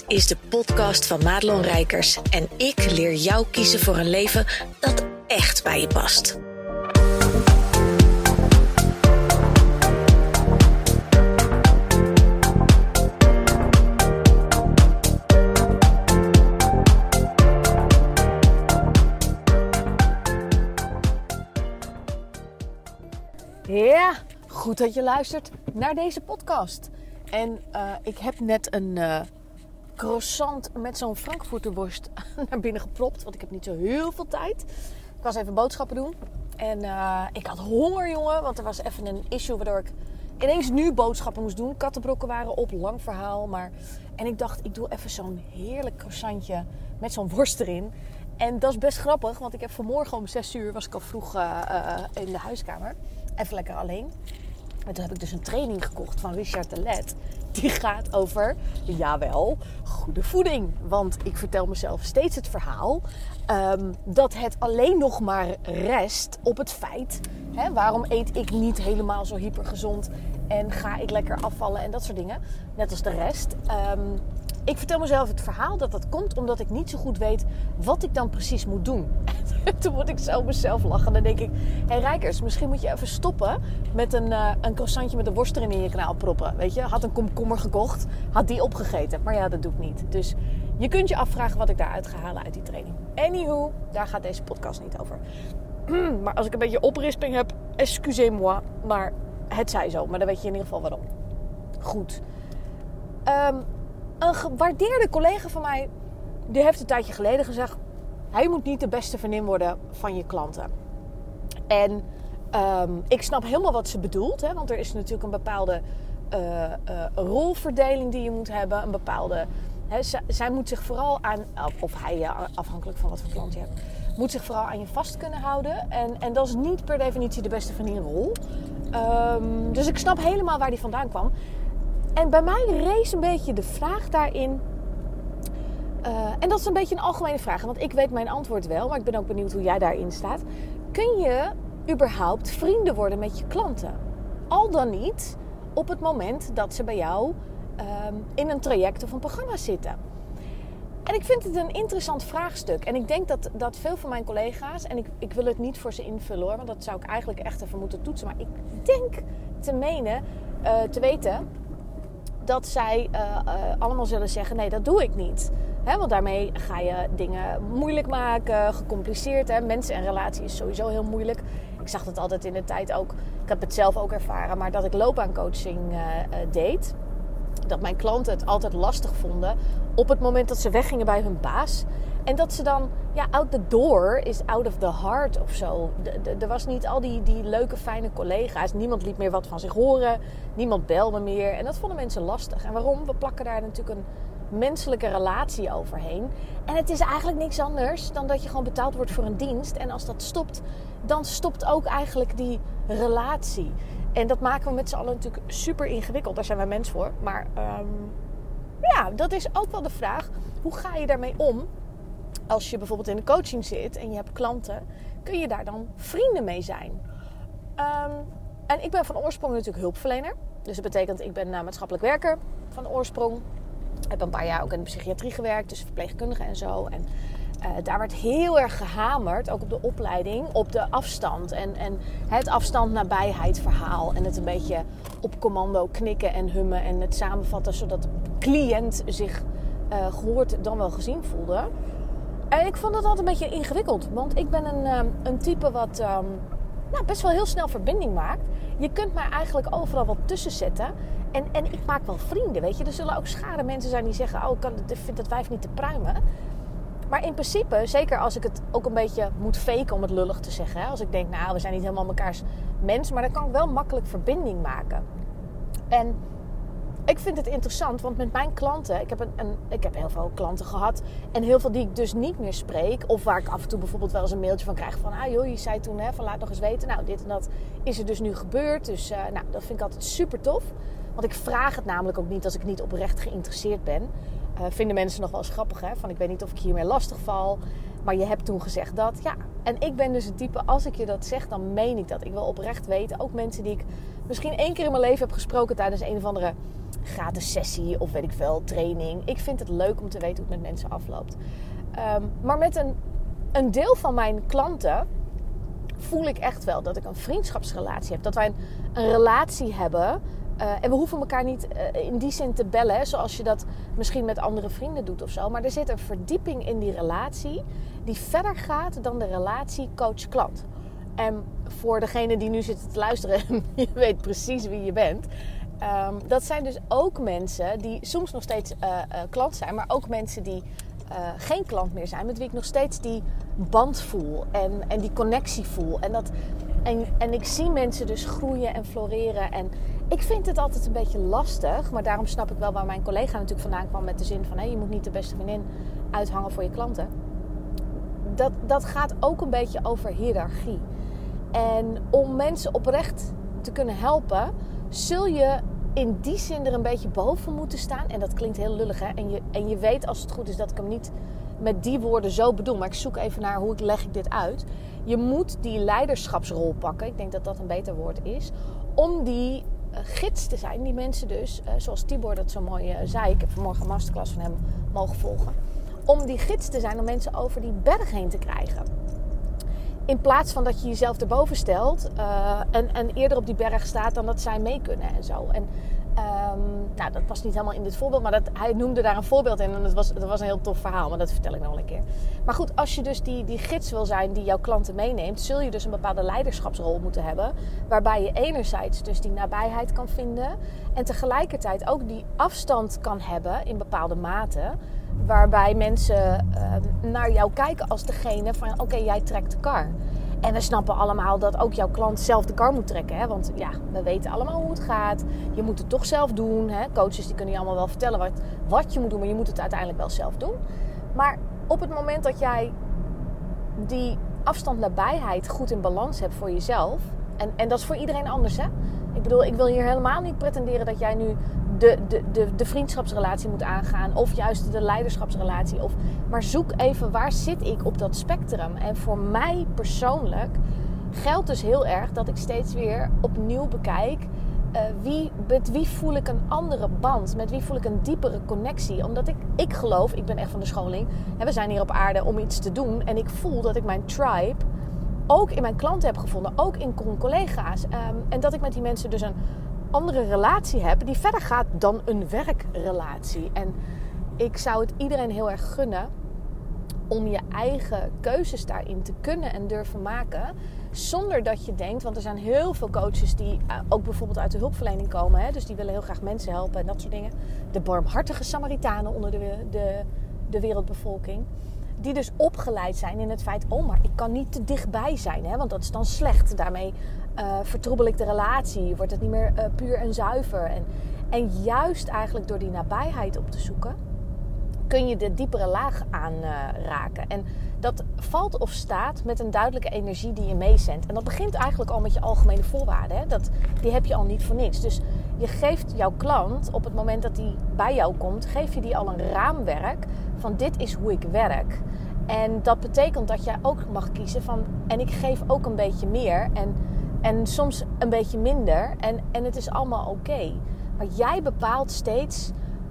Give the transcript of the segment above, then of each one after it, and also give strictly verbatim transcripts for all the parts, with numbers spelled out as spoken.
is de podcast van Madelon Rijkers en ik leer jou kiezen voor een leven dat echt bij je past. Ja, goed dat je luistert naar deze podcast. En uh, ik heb net een uh, croissant met zo'n Frankfurterworst naar binnen gepropt. Want ik heb niet zo heel veel tijd. Ik was even boodschappen doen. En uh, ik had honger, jongen. Want er was even een issue waardoor ik ineens nu boodschappen moest doen. Kattenbrokken waren op, lang verhaal. Maar... En ik dacht, ik doe even zo'n heerlijk croissantje met zo'n worst erin. En dat is best grappig. Want ik heb vanmorgen om zes uur was ik al vroeg uh, uh, in de huiskamer. Even lekker alleen. En toen heb ik dus een training gekocht van Richard de Let. Die gaat over, jawel, goede voeding. Want ik vertel mezelf steeds het verhaal um, dat het alleen nog maar rest op het feit. Hè, waarom eet ik niet helemaal zo hypergezond en ga ik lekker afvallen en dat soort dingen. Net als de rest. Um, ik vertel mezelf het verhaal dat dat komt omdat ik niet zo goed weet wat ik dan precies moet doen. En toen moet ik zo mezelf lachen. Dan denk ik, hé hey Rijkers, misschien moet je even stoppen met een, uh, een croissantje met een worst erin in je kanaal proppen. Weet je, had een komkommer gekocht, had die opgegeten. Maar ja, dat doe ik niet. Dus je kunt je afvragen wat ik daaruit ga halen uit die training. Anywho, daar gaat deze podcast niet over. Maar als ik een beetje oprisping heb, excusez-moi. Maar het zij zo. Maar dan weet je in ieder geval waarom. Goed. Um, Een gewaardeerde collega van mij, die heeft een tijdje geleden gezegd, hij moet niet de beste vriendin worden van je klanten. En um, ik snap helemaal wat ze bedoelt. Hè, want er is natuurlijk een bepaalde uh, uh, rolverdeling die je moet hebben. Een bepaalde, hè, z- zij moet zich vooral aan, of hij, ja, afhankelijk van wat voor klant je hebt, moet zich vooral aan je vast kunnen houden. En, en dat is niet per definitie de beste vriendinrol. Um, dus ik snap helemaal waar die vandaan kwam. En bij mij rees een beetje de vraag daarin. Uh, en dat is een beetje een algemene vraag. Want ik weet mijn antwoord wel. Maar ik ben ook benieuwd hoe jij daarin staat. Kun je überhaupt vrienden worden met je klanten? Al dan niet op het moment dat ze bij jou um, in een traject of een programma zitten. En ik vind het een interessant vraagstuk. En ik denk dat, dat veel van mijn collega's... En ik, ik wil het niet voor ze invullen hoor. Want dat zou ik eigenlijk echt even moeten toetsen. Maar ik denk te menen, uh, te weten... dat zij uh, uh, allemaal zullen zeggen, nee, dat doe ik niet. He, want daarmee ga je dingen moeilijk maken, gecompliceerd. Hè? Mensen en relatie is sowieso heel moeilijk. Ik zag dat altijd in de tijd ook. Ik heb het zelf ook ervaren, maar dat ik loopbaancoaching uh, uh, deed. Dat mijn klanten het altijd lastig vonden op het moment dat ze weggingen bij hun baas. En dat ze dan, ja, out the door is out of the heart of zo. Er was niet al die, die leuke, fijne collega's. Niemand liet meer wat van zich horen. Niemand belde meer. En dat vonden mensen lastig. En waarom? We plakken daar natuurlijk een menselijke relatie overheen. En het is eigenlijk niks anders dan dat je gewoon betaald wordt voor een dienst. En als dat stopt, dan stopt ook eigenlijk die relatie. En dat maken we met z'n allen natuurlijk super ingewikkeld. Daar zijn wij mens voor. Maar um, ja, dat is ook wel de vraag. Hoe ga je daarmee om? Als je bijvoorbeeld in de coaching zit en je hebt klanten, kun je daar dan vrienden mee zijn? Um, en ik ben van oorsprong natuurlijk hulpverlener. Dus dat betekent, ik ben uh, maatschappelijk werker van oorsprong. Ik heb een paar jaar ook in de psychiatrie gewerkt, dus verpleegkundige en zo. En uh, daar werd heel erg gehamerd, ook op de opleiding, op de afstand. En, en het afstand-nabijheid verhaal. En het een beetje op commando knikken en hummen en het samenvatten, zodat de cliënt zich uh, gehoord dan wel gezien voelde. En ik vond dat altijd een beetje ingewikkeld. Want ik ben een, um, een type wat um, nou, best wel heel snel verbinding maakt. Je kunt mij eigenlijk overal wat tussen zetten. En, en ik maak wel vrienden, weet je. Er zullen ook schade mensen zijn die zeggen, oh, ik, kan, ik vind dat wijf niet te pruimen. Maar in principe, zeker als ik het ook een beetje moet faken om het lullig te zeggen. Hè? Als ik denk, nou, we zijn niet helemaal mekaars mens. Maar dan kan ik wel makkelijk verbinding maken. En ik vind het interessant, want met mijn klanten... Ik heb, een, een, ik heb heel veel klanten gehad. En heel veel die ik dus niet meer spreek. Of waar ik af en toe bijvoorbeeld wel eens een mailtje van krijg. Van, ah joh, je zei toen, hè, van laat nog eens weten. Nou, dit en dat is er dus nu gebeurd. Dus uh, nou, dat vind ik altijd super tof. Want ik vraag het namelijk ook niet als ik niet oprecht geïnteresseerd ben. Uh, vinden mensen nog wel eens grappig, hè? Van ik weet niet of ik hiermee lastig val. Maar je hebt toen gezegd dat. Ja, en ik ben dus het type, als ik je dat zeg, dan meen ik dat. Ik wil oprecht weten. Ook mensen die ik misschien één keer in mijn leven heb gesproken tijdens een of andere gratis sessie of weet ik veel, training. Ik vind het leuk om te weten hoe het met mensen afloopt. Um, maar met een, een deel van mijn klanten voel ik echt wel dat ik een vriendschapsrelatie heb. Dat wij een, een relatie hebben. Uh, en we hoeven elkaar niet uh, in die zin te bellen. Hè, zoals je dat misschien met andere vrienden doet of zo. Maar er zit een verdieping in die relatie. Die verder gaat dan de relatie coach-klant. En voor degene die nu zitten te luisteren. Je weet precies wie je bent. Um, dat zijn dus ook mensen die soms nog steeds uh, uh, klant zijn. Maar ook mensen die uh, geen klant meer zijn. Met wie ik nog steeds die band voel. En, en die connectie voel. En, dat, en, en ik zie mensen dus groeien en floreren. En ik vind het altijd een beetje lastig. Maar daarom snap ik wel waar mijn collega natuurlijk vandaan kwam. Met de zin van, hé, je moet niet de beste vriendin uithangen voor je klanten. Dat, dat gaat ook een beetje over hiërarchie. En om mensen oprecht te kunnen helpen, zul je in die zin er een beetje boven moeten staan. En dat klinkt heel lullig, hè. En je, en je weet als het goed is dat ik hem niet met die woorden zo bedoel. Maar ik zoek even naar hoe ik leg ik dit uit. Je moet die leiderschapsrol pakken. Ik denk dat dat een beter woord is. Om die uh, gids te zijn. Die mensen dus, uh, zoals Tibor dat zo mooi uh, zei. Ik heb vanmorgen een masterclass van hem mogen volgen. Om die gids te zijn om mensen over die berg heen te krijgen. In plaats van dat je jezelf erboven stelt uh, en, en eerder op die berg staat dan dat zij mee kunnen en zo. En um, nou, dat past niet helemaal in dit voorbeeld, maar dat, hij noemde daar een voorbeeld in en dat was, dat was een heel tof verhaal, maar dat vertel ik nog wel een keer. Maar goed, als je dus die, die gids wil zijn die jouw klanten meeneemt, zul je dus een bepaalde leiderschapsrol moeten hebben, waarbij je enerzijds dus die nabijheid kan vinden en tegelijkertijd ook die afstand kan hebben in bepaalde mate, waarbij mensen uh, naar jou kijken als degene van, oké, okay, jij trekt de kar. En we snappen allemaal dat ook jouw klant zelf de kar moet trekken. Hè? Want ja, we weten allemaal hoe het gaat. Je moet het toch zelf doen. Hè? Coaches die kunnen je allemaal wel vertellen wat, wat je moet doen. Maar je moet het uiteindelijk wel zelf doen. Maar op het moment dat jij die afstand nabijheid goed in balans hebt voor jezelf. En, en dat is voor iedereen anders, hè. Ik bedoel, ik wil hier helemaal niet pretenderen dat jij nu de, de, de, de vriendschapsrelatie moet aangaan. Of juist de leiderschapsrelatie. Of, maar zoek even, waar zit ik op dat spectrum? En voor mij persoonlijk geldt dus heel erg dat ik steeds weer opnieuw bekijk. Uh, wie, met wie voel ik een andere band? Met wie voel ik een diepere connectie? Omdat ik, ik geloof, ik ben echt van de scholing. Hè, we zijn hier op aarde om iets te doen. En ik voel dat ik mijn tribe ook in mijn klanten heb gevonden. Ook in collega's. Um, en dat ik met die mensen dus een andere relatie heb die verder gaat dan een werkrelatie. En ik zou het iedereen heel erg gunnen om je eigen keuzes daarin te kunnen en durven maken. Zonder dat je denkt, want er zijn heel veel coaches die ook bijvoorbeeld uit de hulpverlening komen. Hè, dus die willen heel graag mensen helpen en dat soort dingen. De barmhartige Samaritanen onder de, de, de wereldbevolking. Die dus opgeleid zijn in het feit, oh, maar ik kan niet te dichtbij zijn. Hè, want dat is dan slecht. Daarmee uh, vertroebel ik de relatie. Wordt het niet meer uh, puur en zuiver. En, en juist eigenlijk door die nabijheid op te zoeken, kun je de diepere laag aanraken. Uh, en dat valt of staat met een duidelijke energie die je meezendt. En dat begint eigenlijk al met je algemene voorwaarden. Hè? Dat, die heb je al niet voor niks. Dus je geeft jouw klant, op het moment dat die bij jou komt, geef je die al een raamwerk van dit is hoe ik werk. En dat betekent dat jij ook mag kiezen van, en ik geef ook een beetje meer en, en soms een beetje minder. En, en het is allemaal oké. Okay. Maar jij bepaalt steeds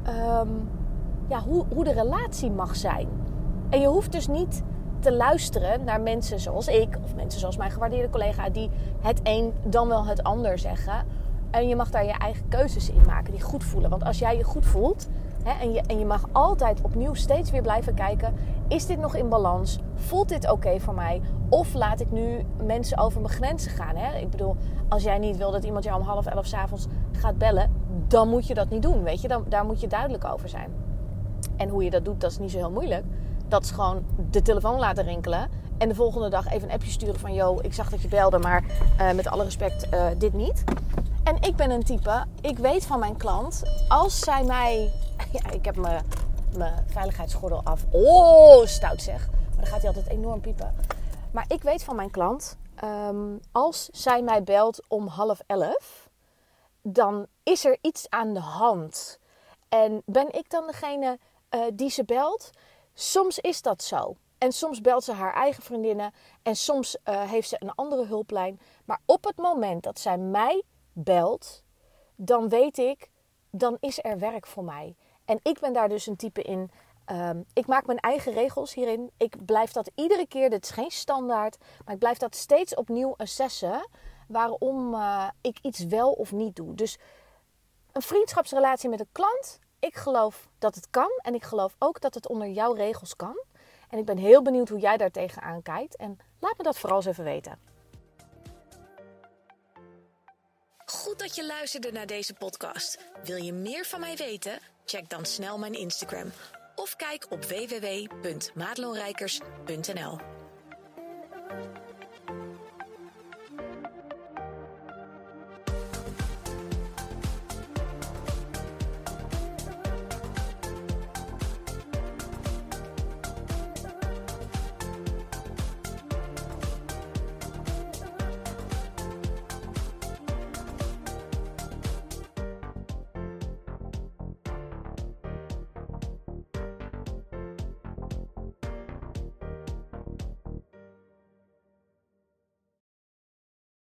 um, ja, hoe, hoe de relatie mag zijn. En je hoeft dus niet te luisteren naar mensen zoals ik, of mensen zoals mijn gewaardeerde collega, die het een dan wel het ander zeggen. En je mag daar je eigen keuzes in maken die goed voelen. Want als jij je goed voelt, hè, en, je, en je mag altijd opnieuw steeds weer blijven kijken, is dit nog in balans? Voelt dit oké okay voor mij? Of laat ik nu mensen over mijn grenzen gaan? Hè? Ik bedoel, als jij niet wil dat iemand jou om half elf 's avonds gaat bellen, dan moet je dat niet doen, weet je. Dan, daar moet je duidelijk over zijn. En hoe je dat doet, dat is niet zo heel moeilijk. Dat is gewoon de telefoon laten rinkelen. En de volgende dag even een appje sturen van, yo, ik zag dat je belde, maar uh, met alle respect, uh, dit niet. En ik ben een type, ik weet van mijn klant, als zij mij... Ja, ik heb mijn, mijn veiligheidsgordel af. Oh, stout zeg. Maar dan gaat hij altijd enorm piepen. Maar ik weet van mijn klant, um, als zij mij belt om half elf, dan is er iets aan de hand. En ben ik dan degene uh, die ze belt? Soms is dat zo. En soms belt ze haar eigen vriendinnen. En soms uh, heeft ze een andere hulplijn. Maar op het moment dat zij mij belt, dan weet ik, dan is er werk voor mij. En ik ben daar dus een type in. Um, ik maak mijn eigen regels hierin. Ik blijf dat iedere keer, dit is geen standaard, maar ik blijf dat steeds opnieuw assessen waarom uh, ik iets wel of niet doe. Dus een vriendschapsrelatie met een klant, ik geloof dat het kan en ik geloof ook dat het onder jouw regels kan. En ik ben heel benieuwd hoe jij daar tegenaan kijkt en laat me dat vooral eens even weten. Goed dat je luisterde naar deze podcast. Wil je meer van mij weten? Check dan snel mijn Instagram of kijk op w w w punt madelonrijkers punt n l.